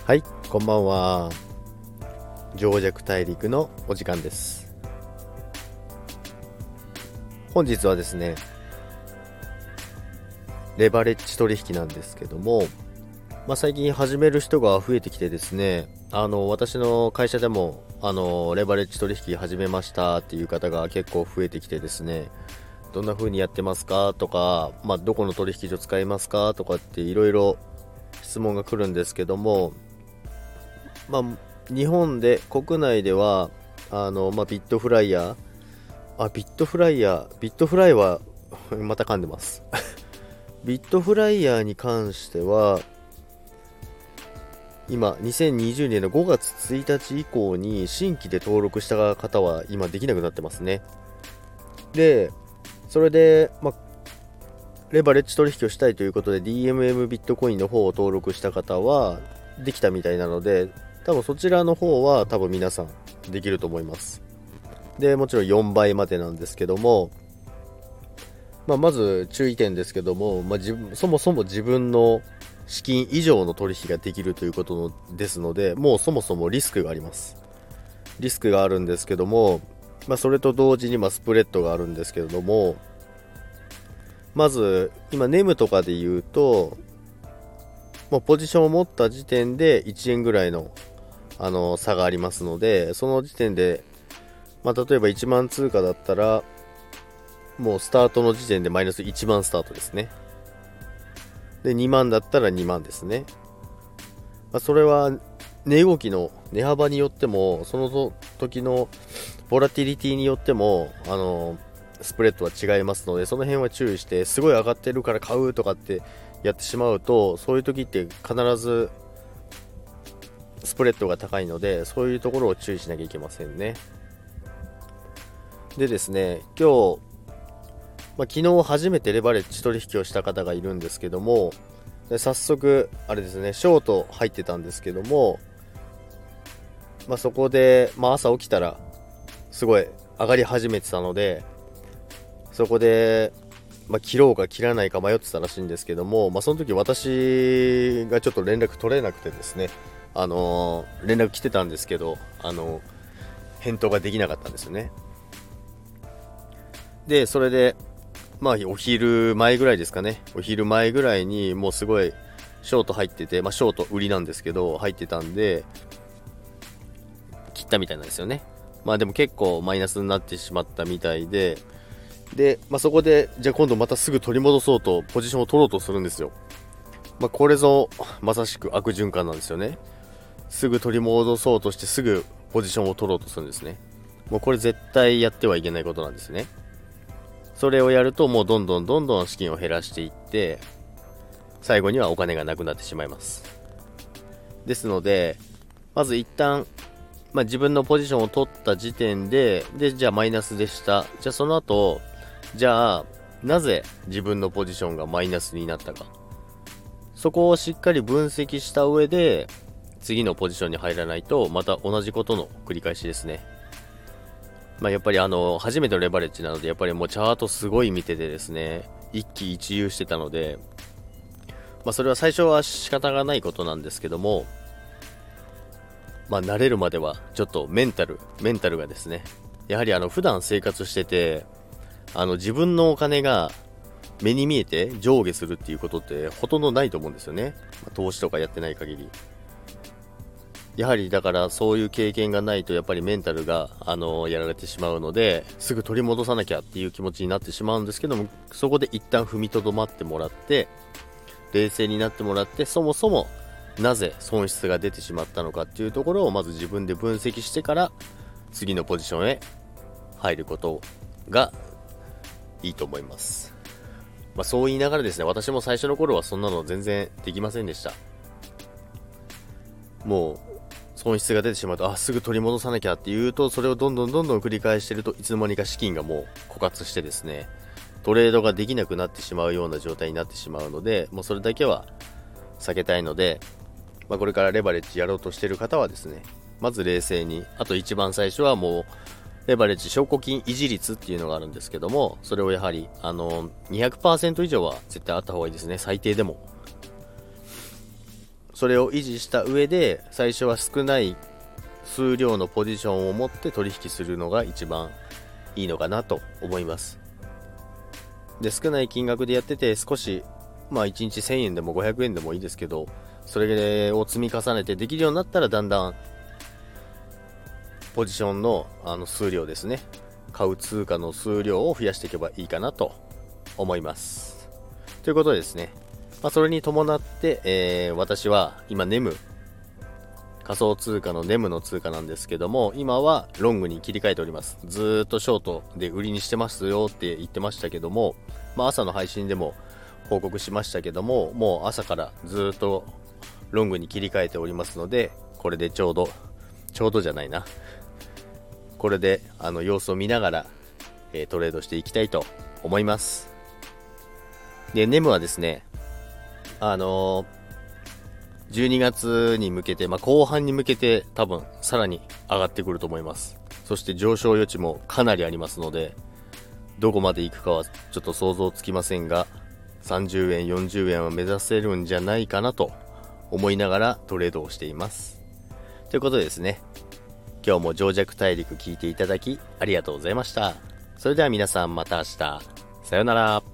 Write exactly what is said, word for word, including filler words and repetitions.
はい、こんばんは。情弱大陸のお時間です。本日はですね、レバレッジ取引なんですけども、まあ、最近始める人が増えてきてですね、あの私の会社でもあのレバレッジ取引始めましたっていう方が結構増えてきてですね、どんな風にやってますかとか、まあ、どこの取引所使いますかとかっていろいろ質問が来るんですけども、まあ、日本で国内ではあの、まあ、ビットフライヤーあビットフライヤービットフライはまた噛んでますビットフライヤーに関しては今にせんにじゅうねんのごがつついたち以降に新規で登録した方は今できなくなってますね。でそれで、まあ、レバレッジ取引をしたいということで ディーエムエム ビットコインの方を登録した方はできたみたいなので、多分そちらの方は多分皆さんできると思います。でもちろんよんばいまでなんですけども、まあ、まず注意点ですけども、まあ、自分そもそも自分の資金以上の取引ができるということのですので、もうそもそもリスクがあります。リスクがあるんですけども、まあ、それと同時にまあスプレッドがあるんですけれども、まず今ネムとかで言うと、もうポジションを持った時点でいちえんぐらいの、あの差がありますので、その時点で、まあ、例えばいちまん通貨だったらもうスタートの時点でマイナスいちまんスタートですね。でにまんだったらにまんですね。まあ、それは値動きの値幅によっても、その時のボラティリティによってもあのスプレッドは違いますので、その辺は注意して、すごい上がってるから買うとかってやってしまうと、そういう時って必ずスプレッドが高いので、そういうところを注意しなきゃいけませんね。でですね、今日、まあ、昨日初めてレバレッジ取引をした方がいるんですけども、で早速あれですね、ショート入ってたんですけども、まあ、そこで、まあ、朝起きたらすごい上がり始めてたので、そこで、まあ、切ろうか切らないか迷ってたらしいんですけども、まあ、その時私がちょっと連絡取れなくてですね、あのー、連絡来てたんですけど、あのー、返答ができなかったんですよね。でそれで、まあ、お昼前ぐらいですかね、お昼前ぐらいにもうすごいショート入ってて、まあ、ショート売りなんですけど入ってたんで切ったみたいなんですよね。まあでも結構マイナスになってしまったみたいで、で、まあ、そこでじゃあ今度またすぐ取り戻そうとポジションを取ろうとするんですよ。まあ、これぞまさしく悪循環なんですよね。すぐ取り戻そうとしてすぐポジションを取ろうとするんですね。もうこれ絶対やってはいけないことなんですね。それをやるともうどんどんどんどん資金を減らしていって、最後にはお金がなくなってしまいます。ですので、まず一旦、まあ、自分のポジションを取った時点で、で、じゃあマイナスでした。じゃあその後、じゃあなぜ自分のポジションがマイナスになったか。そこをしっかり分析した上で、次のポジションに入らないと、また同じことの繰り返しですね。まあ、やっぱりあの、初めてのレバレッジなので、やっぱりもうチャートすごい見ててですね、一喜一憂してたので、まあ、それは最初は仕方がないことなんですけども、まあ、慣れるまではちょっとメンタル、メンタルがですね、やはりあの、普段生活してて、あの、自分のお金が目に見えて上下するっていうことってほとんどないと思うんですよね。まあ、投資とかやってない限り。やはりだからそういう経験がないとやっぱりメンタルがあのやられてしまうので、すぐ取り戻さなきゃっていう気持ちになってしまうんですけども、そこで一旦踏みとどまってもらって、冷静になってもらって、そもそもなぜ損失が出てしまったのかっていうところをまず自分で分析してから次のポジションへ入ることがいいと思います。まあ、そう言いながらですね、私も最初の頃はそんなの全然できませんでした。もう損失が出てしまうと、あ、すぐ取り戻さなきゃっていうと、それをどんどんどんどん繰り返していると、いつの間にか資金がもう枯渇してですね、トレードができなくなってしまうような状態になってしまうので、もうそれだけは避けたいので、まあ、これからレバレッジやろうとしている方はですね、まず冷静に、あと一番最初はもうレバレッジ証拠金維持率っていうのがあるんですけども、それをやはりあの にひゃくパーセント 以上は絶対あった方がいいですね、最低でも。 それを維持した上で最初は少ない数量のポジションを持って取引するのが一番いいのかなと思います。で、少ない金額でやってて少し、まあいちにちせんえんでもごひゃくえんでもいいですけど、それを積み重ねてできるようになったら、だんだんポジションのあの数量ですね、買う通貨の数量を増やしていけばいいかなと思います。ということでですね、まあ、それに伴って、えー、私は今ネム、仮想通貨のネムの通貨なんですけども、今はロングに切り替えております。ずーっとショートで売りにしてますよって言ってましたけども、まあ、朝の配信でも報告しましたけども、もう朝からずーっとロングに切り替えておりますので、これでちょうどちょうどじゃないなこれであの様子を見ながら、えー、トレードしていきたいと思います。で、ネムはですね、あのーじゅうにがつに向けて、まあ、後半に向けて多分さらに上がってくると思います。そして上昇余地もかなりありますので、どこまで行くかはちょっと想像つきませんが、さんじゅうえんよんじゅうえんは目指せるんじゃないかなと思いながらトレードをしています。ということでですね、今日も情弱大陸聞いていただきありがとうございました。それでは皆さん、また明日。さようなら。